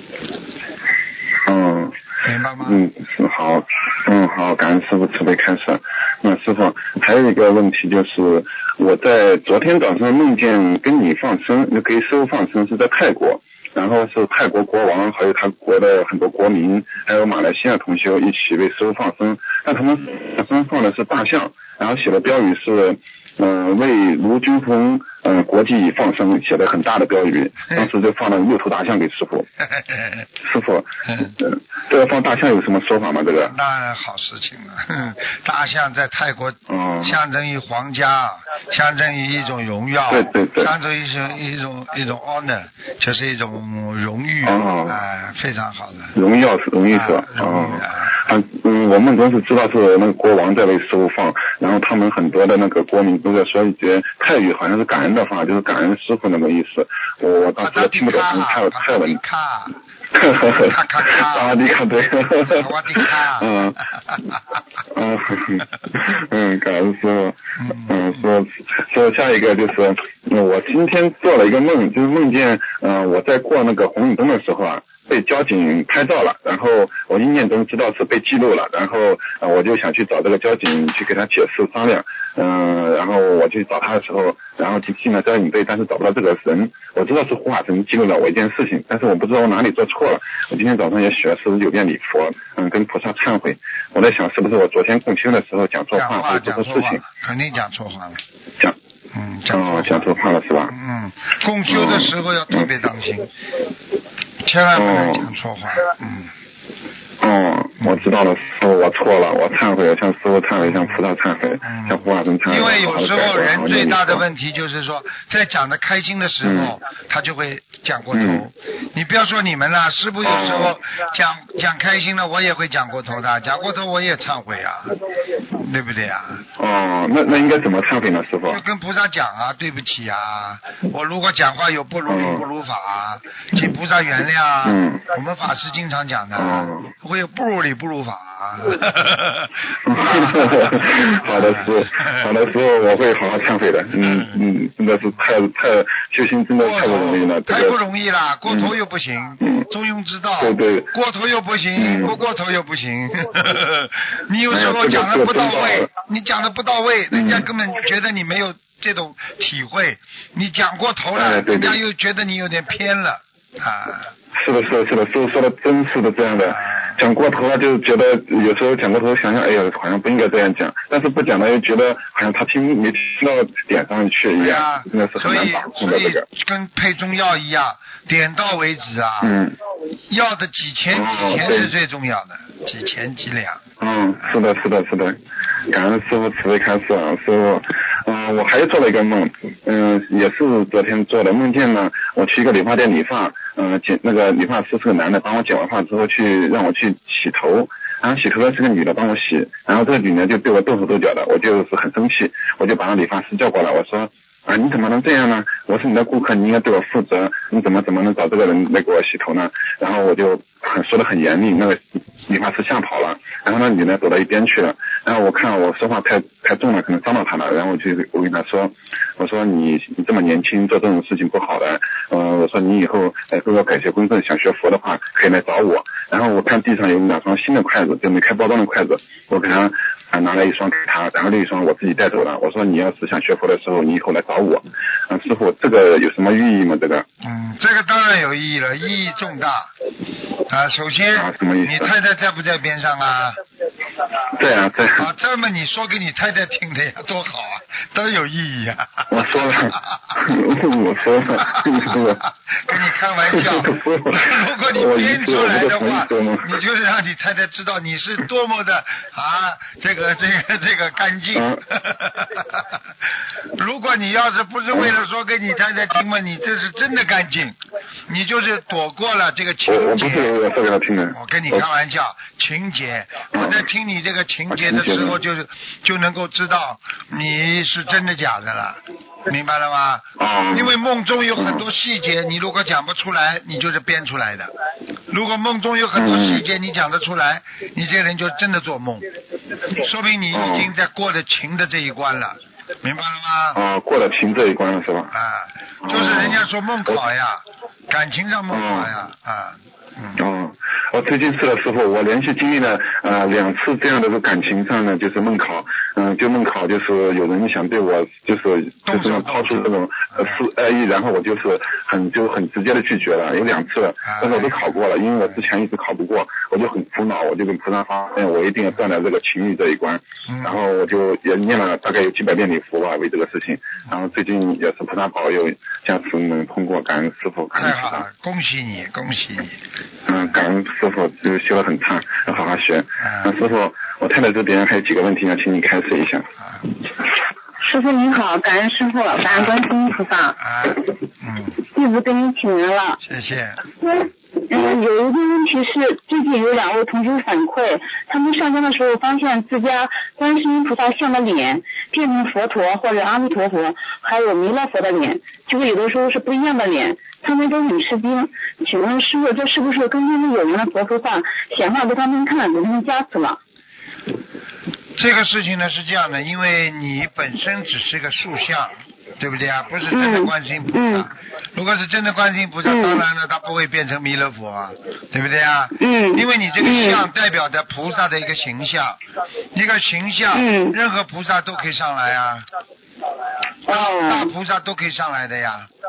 明白吗？好，感恩师父慈悲开示。那师父还有一个问题就是，我在昨天早上梦见跟你放生，就给师父放生是在泰国。然后是泰国国王，还有他国的很多国民，还有马来西亚同修一起为师父放生。那他们放的是大象，然后写的标语是为卢军鹏国际放生，写的很大的标语。当时就放了6头大象给师父。师父，这个放大象有什么说法吗？这个当然好事情了。大象在泰国象征于皇家，象征于一种荣耀， 对， 象征于一种 honor， 就是一种荣誉非常好的荣誉是吧？我们总是知道是那个国王在为师父放，然后他们很多的那个国民都在说一些泰语，好像是感恩的话，就是感恩师父那个意思。我当时听不懂泰文。萨瓦迪卡对。 萨瓦迪卡。 感恩师父。说下一个就是我今天做了一个梦，就是梦见我在过那个红绿灯的时候被交警拍照了，然后我意念中知道是被记录了，然后我就想去找这个交警去给他解释商量，然后我去找他的时候，然后进了交警队，但是找不到这个人，我知道是护法神记录了我一件事情，但是我不知道我哪里做错了。我今天早上也许了49遍礼佛，跟菩萨忏悔。我在想是不是我昨天共修的时候讲错话或者做错事情？ 肯定讲错话了。 讲错话了是吧？ 共修的时候要特别当心，千万不能讲错话。 我知道了，师傅，我错了，我忏悔，向师傅忏悔，向菩萨忏悔，向护法神忏悔。 因为有时候人最大的问题就是说，在讲的开心的时候，他就会讲过头。你不要说你们了，师傅有时候讲开心了，我也会讲过头的，讲过头我也忏悔啊，对不对啊？ 那应该怎么忏悔呢，师傅？ 就跟菩萨讲啊，对不起啊，我如果讲话有不如理不如法啊，请菩萨原谅。我们法师经常讲的，会有不如理不如法。 好的师傅，我会好好忏悔的。真的是太修行真的太不容易了， 太不容易了，过头又不行，中庸之道。对，过头又不行，不过头又不行。你有时候讲的不到位，你讲的不到位，人家根本觉得你没有这种体会，你讲过头了，人家又觉得你有点偏了啊。 是的，师傅说的真是的这样的。讲过头了，就觉得有时候讲过头，想想，哎呀，好像不应该这样讲，但是不讲了又觉得好像他没听到点上去一样，真的是很难把控的这个。 跟配中药一样，点到为止啊。药的几钱是最重要的，几钱几两。 是的，感恩师傅慈悲开示啊，师傅。我还做了一个梦，也是昨天做的，梦见呢，我去一个理发店理发，那个理发师是个男的，帮我剪完发之后让我去洗头，然后洗头的是个女的帮我洗，然后这个女的就对我动手动脚的，我就是很生气，我就把那理发师叫过来，我说你怎么能这样呢？我是你的顾客，你应该对我负责，你怎么能找这个人来给我洗头呢？然后我就说得很严厉，那个理发师吓跑了，然后那女的躲到一边去了，然后我看我说话太重了，可能伤到他了，然后我跟他说，我说你这么年轻做这种事情不好的，我说你以后如果改邪归正想学佛的话可以来找我。然后我看地上有2双新的筷子，就没开包装的筷子，我给他拿了1双给他，然后另1双我自己带走了。我说你要是想学佛的时候，你以后来找我。师傅，这个有什么寓意吗？这个？ 这个当然有意义了，意义重大。首先，你太太在不在边上啊？ 对啊。 这么你说给你太太听的呀，多好啊，都有意义啊。 我说了， 跟你开玩笑。如果你编出来的话，你就是让你太太知道你是多么的这个干净。如果你要是不是为了说给你太太听嘛，你这是真的干净，你就是躲过了这个情节。 我不给他听的。 我跟你开玩笑，情节。我在听你这个情节的时候，就能够知道你是真的假的了，明白了吗？因为梦中有很多细节，你如果讲不出来，你就是编出来的。如果梦中有很多细节你讲得出来，你这个人就真的做梦，说明你已经在过了情的这一关了。明白了吗？过了情这一关了是吧？ 就是人家说梦考呀，感情上梦考呀， 我最近是的师傅，我连续经历了2次这样的感情上呢，就是梦考，就梦考就是有人想对我就是抛出这种恶意，然后我就是很直接的拒绝了，有2次，但是我都考过了，因为我之前一直考不过，我就很苦恼，我就跟菩萨发愿，我一定要断了这个情欲这一关，然后我就也念了大概有几百遍礼佛吧，为这个事情，然后最近也是菩萨保佑，加持能通过，感恩师傅，感恩菩萨， 恭喜你，恭喜你。 感恩师傅，就修得很差，要好好学。师傅，我太太这边还有几个问题要请你开示一下。 师傅您好，感恩师傅，感恩观世音菩萨。弟子给您请安了。 谢谢。 有一个问题是，最近有2位同学反馈，他们上香的时候发现自家观世音菩萨像的脸变成佛陀或者阿弥陀佛，还有弥勒佛的脸，就是有的时候是不一样的脸，他们都很吃惊。请问师傅，这是不是跟他们有缘的佛菩萨显化给他们看，给他们加持了？ 这个事情呢是这样的，因为你本身只是个塑像，对不对啊？不是真的观世音菩萨。如果是真的观世音菩萨，当然了，他不会变成弥勒佛啊，对不对啊？因为你这个像代表着菩萨的一个形象，一个形象，任何菩萨都可以上来啊，大菩萨都可以上来的呀，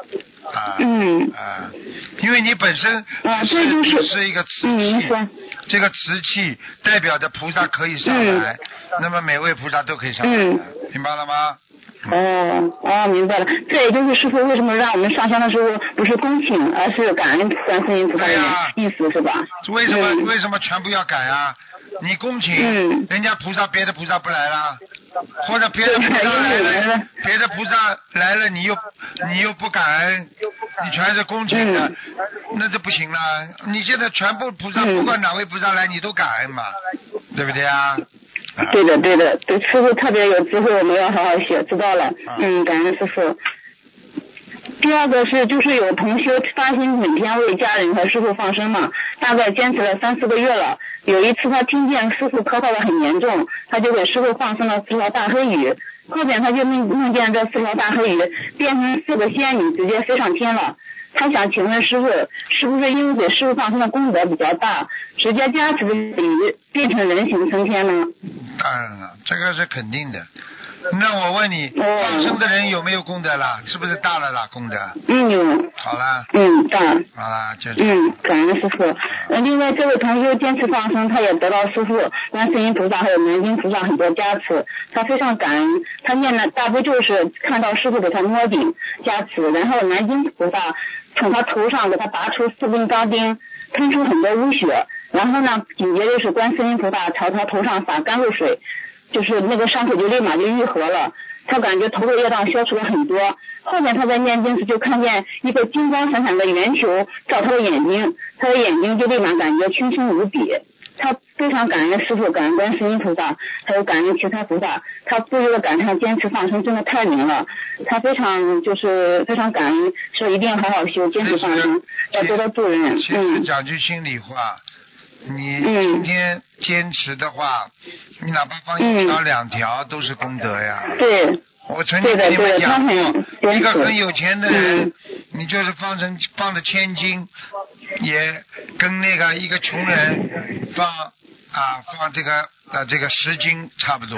因为你本身是一个瓷器，这个瓷器代表着菩萨可以上来，那么每位菩萨都可以上来，明白了吗？ 明白了。这也就是师父为什么让我们上香的时候不是恭请，而是感恩观世音菩萨的意思，是吧？ 为什么全部要改啊？你恭请，人家菩萨别的菩萨不来了，或者别的菩萨来了，别的菩萨来了，你又不感恩，你全是恭请的，那就不行了。你现在全部菩萨，不管哪位菩萨来，你都感恩嘛，对不对啊？ 对的，对，师父特别有智慧，我们要好好学，知道了。感恩师父。第二个就是有同修发心每天为家人和师父放生嘛，大概坚持了3-4个月了。有一次他听见师父咳嗽的很严重，他就给师父放生了4条大黑鱼，后边他就梦见这4条大黑鱼变成4个仙女，直接飞上天了。他想请问师父，是不是因为给师父放生的功德比较大，直接加持的鱼变成人形升天呢？ 当然了，这个是肯定的。那我问你，放生的人有没有功德啦？是不是大了啦功德？ 有。 好了。 大。 好了，就是。 感恩师父。另外这位同修坚持放生，他也得到师父、观世音菩萨还有南京菩萨很多加持，他非常感恩。他念的大悲咒是看到师父给他摸顶加持，然后南京菩萨从他头上给他拔出4根钢钉，喷出很多污血，然后呢，紧接着是观世音菩萨朝他头上洒甘露水。就是那个伤口就立马就愈合了，他感觉头的业障消除了很多。后面他在念经时就看见一个金光闪闪的圆球照他的眼睛，他的眼睛就立马感觉清清无比。他非常感恩师父，感恩观世音菩萨，还有感恩其他菩萨。他不由得感叹坚持放生真的太灵了。他非常感恩，说一定要好好修，坚持放生，要多多助人。 其实讲句心里话。你今天坚持的话，你哪怕放1条2条都是功德呀。 对。 我曾经跟你们讲过，一个很有钱的人，你就是放的1000斤，也跟那个一个穷人放这个10斤差不多。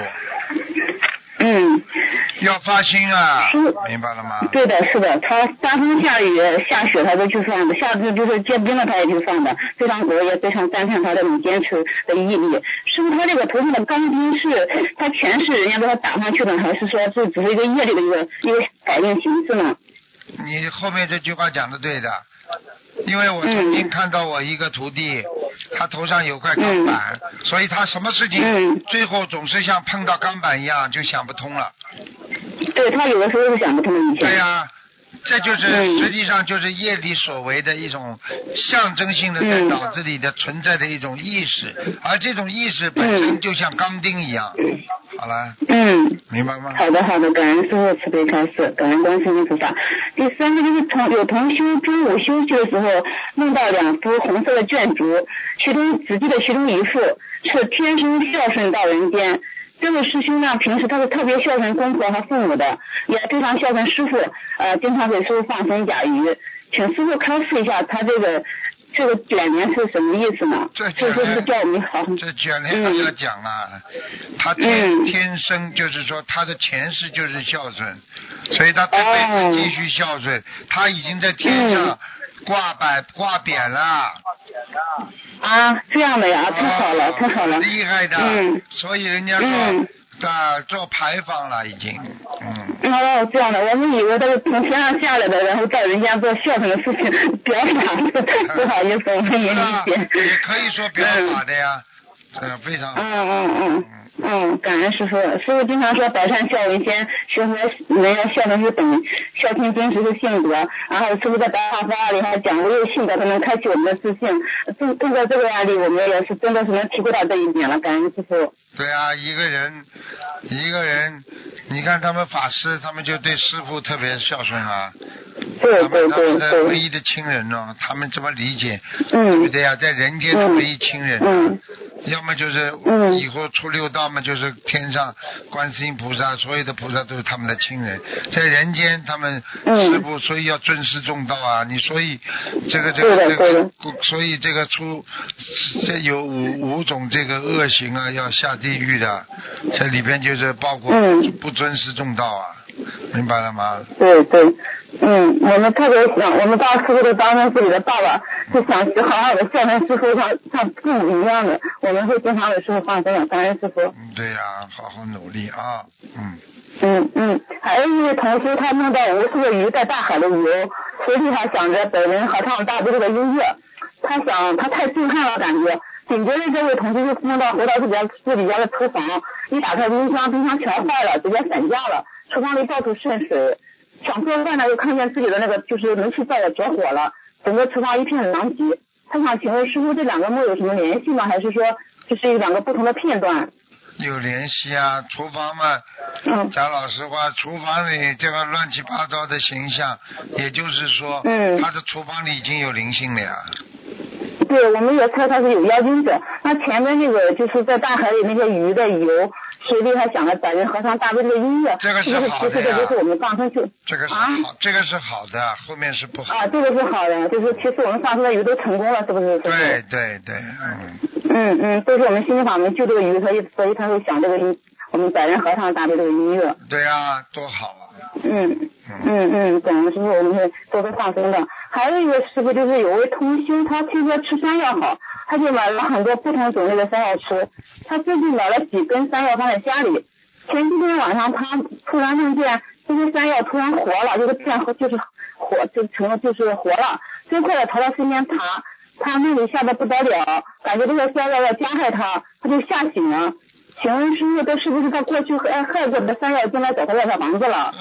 要发心啊，明白了吗？ 对的，是的，他大风下雨下雪他都去放的，下次就是结冰了他也去放的，我也非常赞叹他这种坚持的毅力。是不是他这个头上的钢钉是他前世人家给他打上去的，还是说这只是一个业力的一个改变形式呢？ 你后面这句话讲的对的，因为我曾经看到我一个徒弟，他头上有块钢板，所以他什么事情最后总是像碰到钢板一样就想不通了。 对，他有的时候是想不通的。 对呀，这就是实际上就是业力所为的一种象征性的在脑子里的存在的一种意识，而这种意识本身就像钢钉一样。好了。明白吗？ 好的，感恩师父慈悲开示，感恩观世音菩萨。第3个就是有同修中午休息的时候梦到2幅红色的卷轴，只记得其中一幅是天生孝顺到人间。这位师兄呢，平时他是特别孝顺公婆和父母的，也非常孝顺师父，经常给师父放生甲鱼。请师父开示一下，他这个卷帘是什么意思呢？这是叫我们好。 这卷帘要讲啊，他天生就是说他的前世就是孝顺，所以他这辈子继续孝顺，他已经在天上挂匾了。 这样的呀，太好了， 厉害的。所以人家说做牌坊了已经。 这样的，我们以为他是从天上下来的，然后到人家做孝顺的事情表法，不好意思，我们也理解。 也可以说表法的呀，非常。 感恩师父。师父经常说百善孝为先，学佛人要孝顺是本，孝亲真实是性格。然后师父在白话佛案里还讲，唯有性格才能开启我们的自信。通过这个案例，我们也是真的是能体会到这一点了。感恩师父。 对啊，一个人，你看他们法师，他们就对师父特别孝顺啊。他们的唯一的亲人哦，他们怎么理解？对不对啊？在人间的唯一亲人要么就是以后出6道嘛，就是天上观世音菩萨，所有的菩萨都是他们的亲人。在人间，他们师父所以要尊师重道啊。你所以这个，所以这有5种这个恶行啊，要下地狱的。这里边就是包括不尊师重道啊。明白了吗？ 对， 我们特别想，我们大师傅都当成自己的爸爸，就想好好的孝顺师傅，像父母一样的，我们会经常给师傅放生，感恩师傅。 对呀，好好努力啊， 还有一位同修，他梦到无数个鱼在大海里游，随即他想着本人合唱大悲咒的音乐，他太震撼了感觉。紧接着这位同修就梦到回到自己家的厨房，一打开冰箱全坏了，直接散架了，厨房里到处渗水。想做饭呢，又看见自己的那个就是煤气灶也着火了，整个厨房一片狼藉。他想请问师傅，这两个梦有什么联系吗？还是说这是两个不同的片段？ 有联系啊，厨房嘛，讲老实话，厨房里这个乱七八糟的形象，也就是说，他的厨房里已经有灵性了呀。 对，我们也猜他是有妖精者。那前面那个就是在大海里那些鱼的游，水里还想着百人合唱大悲咒的音乐， 这个是好的呀。 这就是我们放生去。 这个是好，这个是好的，后面是不好。 这个是好的，就是其实我们放生的鱼都成功了，是不是？ 对， 都是我们心灵法门救这个鱼，所以他会想这个我们百人合唱大悲咒的音乐。 对啊，多好啊。 感恩师傅，我们会都是放生的。还有一个师傅就是有位同修，他听说吃山药好，他就买了很多不同种类的山药吃。他最近买了几根山药放在家里，前几天晚上他突然梦见这些山药突然活了，就是活了，最快的朝他身边爬，他梦里吓得不得了，感觉这个山药要加害他，他就吓醒了。请问师傅，这是不是他过去害过的山药，将来找他要小房子了？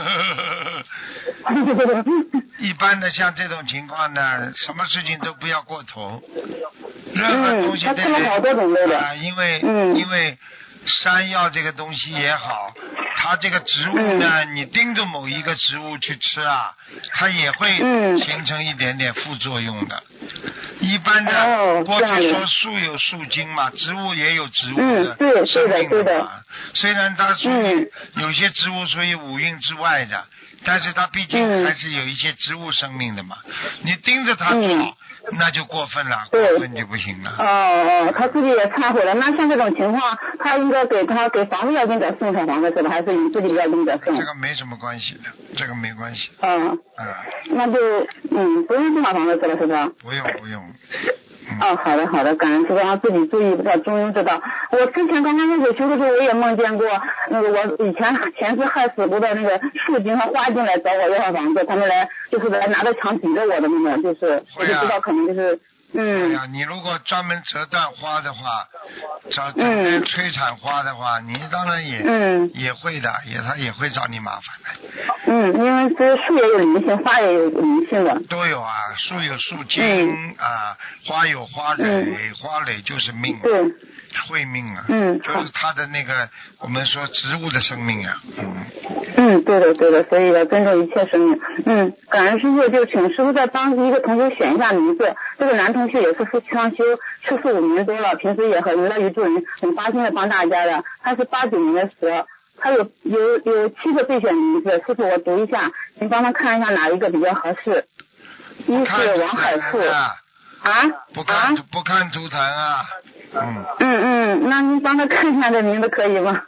一般的像这种情况呢，什么事情都不要过头，任何东西他吃了好多种类的因为山药这个东西也好，它这个植物呢，你盯着某一个植物去吃啊，它也会形成一点点副作用的。一般的，过去说树有树精嘛，植物也有植物的生命的嘛。虽然它属于有些植物属于五蕴之外的，但是它毕竟还是有一些植物生命的嘛。你盯着它跑，那就过分了，过分就不行了。 他自己也忏悔了。那像这种情况，他应该给房子要经者送小房子是吧？还是你自己要经者送？ 这个没什么关系的，这个没关系。 那就不用送小房子是吧？是吧？ 不用。 好的，感恩师傅，让自己注意，要中庸之道。我之前刚开始修的时候，我也梦见过那个我以前世害死过的那个树精和花精来找我要小房子，他们来就是来拿着枪抵着我的那种，就是我就知道可能就是。 你如果专门折断花的话，整天摧残花的话，你当然也会的，他也会找你麻烦的。 因为这树也有灵性，花也有灵性的。 都有啊，树有树精花有花蕾，花蕾就是命。慧命啊，就是它的那个我们说植物的生命啊。 对的，所以要尊重一切生命。感恩师傅，就请师傅再帮一个同学选一下名字。这个男同学也是夫妻双修，吃素5年多了，平时也很乐于助人，很发心的帮大家的。他是89年的蛇，他有7个备选名字，师傅我读一下，您帮他看一下哪一个比较合适。一是王海富。 不看图腾啊。 那您帮他看一下这名字可以吗？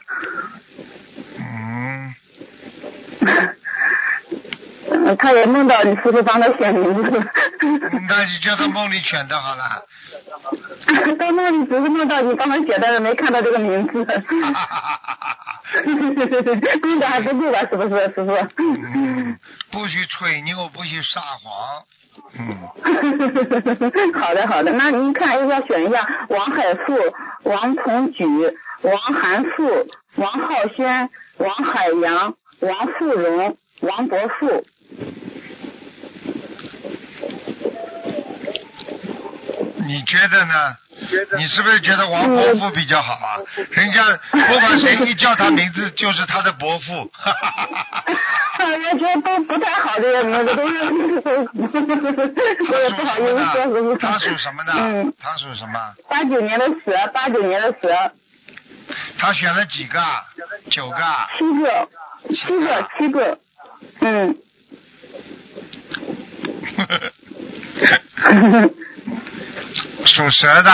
他也梦到你师傅帮他选名字。 那你叫他梦里选的好了。 他梦里只是梦到你帮他写，但是没看到这个名字。功德还不够吧？是不是师傅？ 不许吹牛，不许撒谎。 好的，那您看要选一下王海富、王从举、王韩富、王浩轩、王海洋、王富荣、王伯富。 你觉得呢？你是不是觉得王伯父比较好啊？人家不管谁一叫他名字就是他的伯父。 我觉得都不太好，这个名字都是。我也不好意思说。 他属什么的？他属什么 ？89年的蛇。 他选了几个？9个。7个。属蛇的。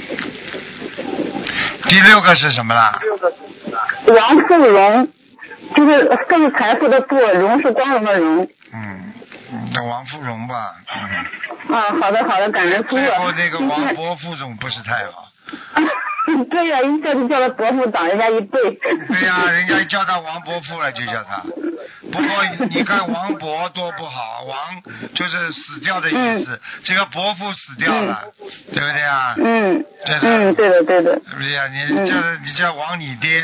第6个是什么啦？王富荣。 就是富是财富的富，荣是光荣的荣。 那王富荣吧。 好的，感恩师傅。 最后这个王伯副总不是太好。 对呀，一下就叫他伯父长人家一倍。 对呀，人家叫他王伯父了，就叫他。不过你看王伯多不好，王就是死掉的意思，这个伯父死掉了，对不对啊？对的。对不对呀？你叫王你爹。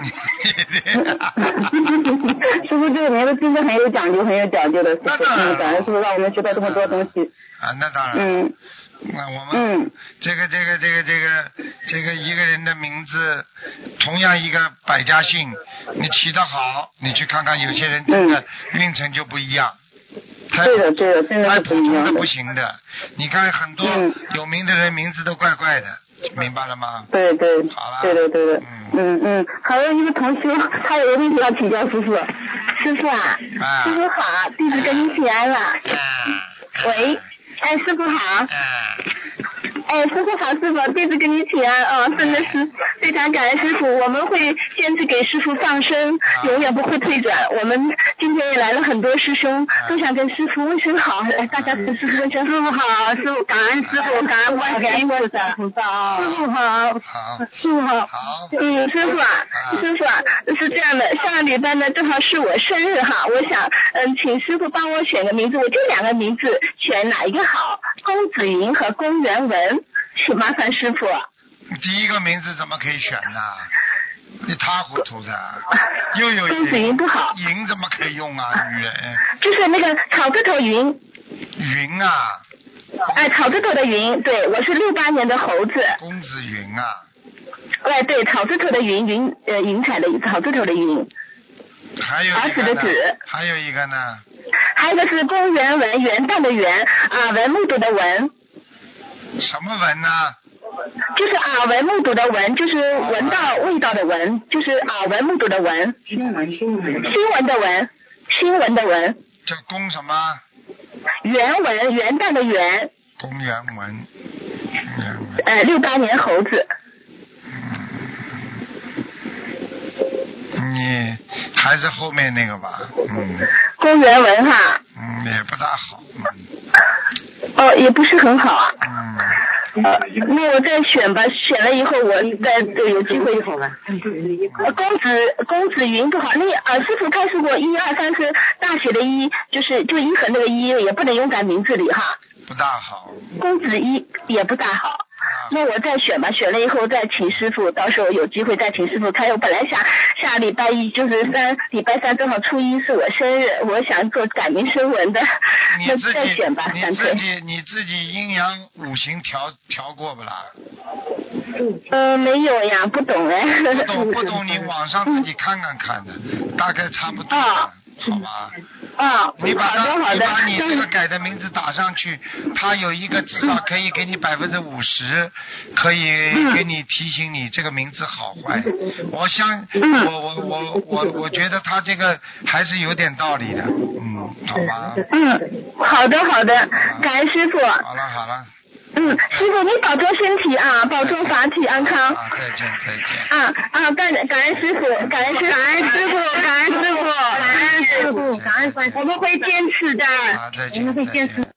师傅这个名字真的很有讲究，的。师傅，感恩师傅让我们学到这么多东西。 那当然。那我们这个一个人的名字，同样一个百家姓，你起得好，你去看看有些人真的运程就不一样。 对的，真的太普是不一样通的不行的。你看很多有名的人名字都怪怪的，明白了吗？ 对。 好了。 对的。还有一个同学，他有个问题要请教师傅。师傅啊，师傅好，弟子跟您请安了。喂。师傅好。师傅好，师傅，弟子跟你请安真的是非常感恩师傅，我们会坚持给师傅放生，永远不会退转。我们今天也来了很多师兄，都想跟师傅问声好，大家跟师傅问声师傅好，师傅感恩师傅，感恩观世音菩萨，师傅好，师傅好。师傅啊，是这样的，上个礼拜呢正好是我生日哈，我想请师傅帮我选个名字，我就2个名字，选哪一个好？龚子云和龚元文，请麻烦师傅。 第一个名字怎么可以选呢？你塌糊涂的，又有龚子云不好， 云怎么可以用啊？女人就是那个草字头云。 云啊。 草字头的云，对，我是68年的猴子。 龚子云啊。 对，草字头的云，云彩的草字头的云。 还有一个呢？还有一个呢？ 还有一个是龚元文，元旦的元，文目读的文。 什么文呢？ 就是文目读的文，就是闻到味道的闻，就是文目读的文。新闻的文，新闻的文。 叫龚什么？ 元文，元旦的元。 龚元文。 68年猴子。 你还是后面那个吧。 龚元文哈。 也不大好。 也不是很好啊。那我再选吧，选了以后我再有机会。龚子云不好，那师傅开始过1、2、3是大写的一，就一横那个一，也不能用在名字里哈。 不大好。 龚子一也不大好。那我再选吧，选了以后再请师傅，到时候有机会再请师傅开。我本来想下礼拜一就是礼拜三正好初一是我生日，我想做改名声纹的，那再选吧。 你自己阴阳五行调过不啦？ 没有呀，不懂哎。 不懂，你网上自己看的，大概差不多。好吧。你把你这个改的名字打上去，他有一个至少可以给你50%，可以给你提醒你这个名字好坏。我觉得他这个还是有点道理的。好吧。 好的，感恩师傅。 好了。 师傅你保重身体啊，保重法体安康。 再见。 感恩师傅，感恩师傅，我们会坚持的。 再见。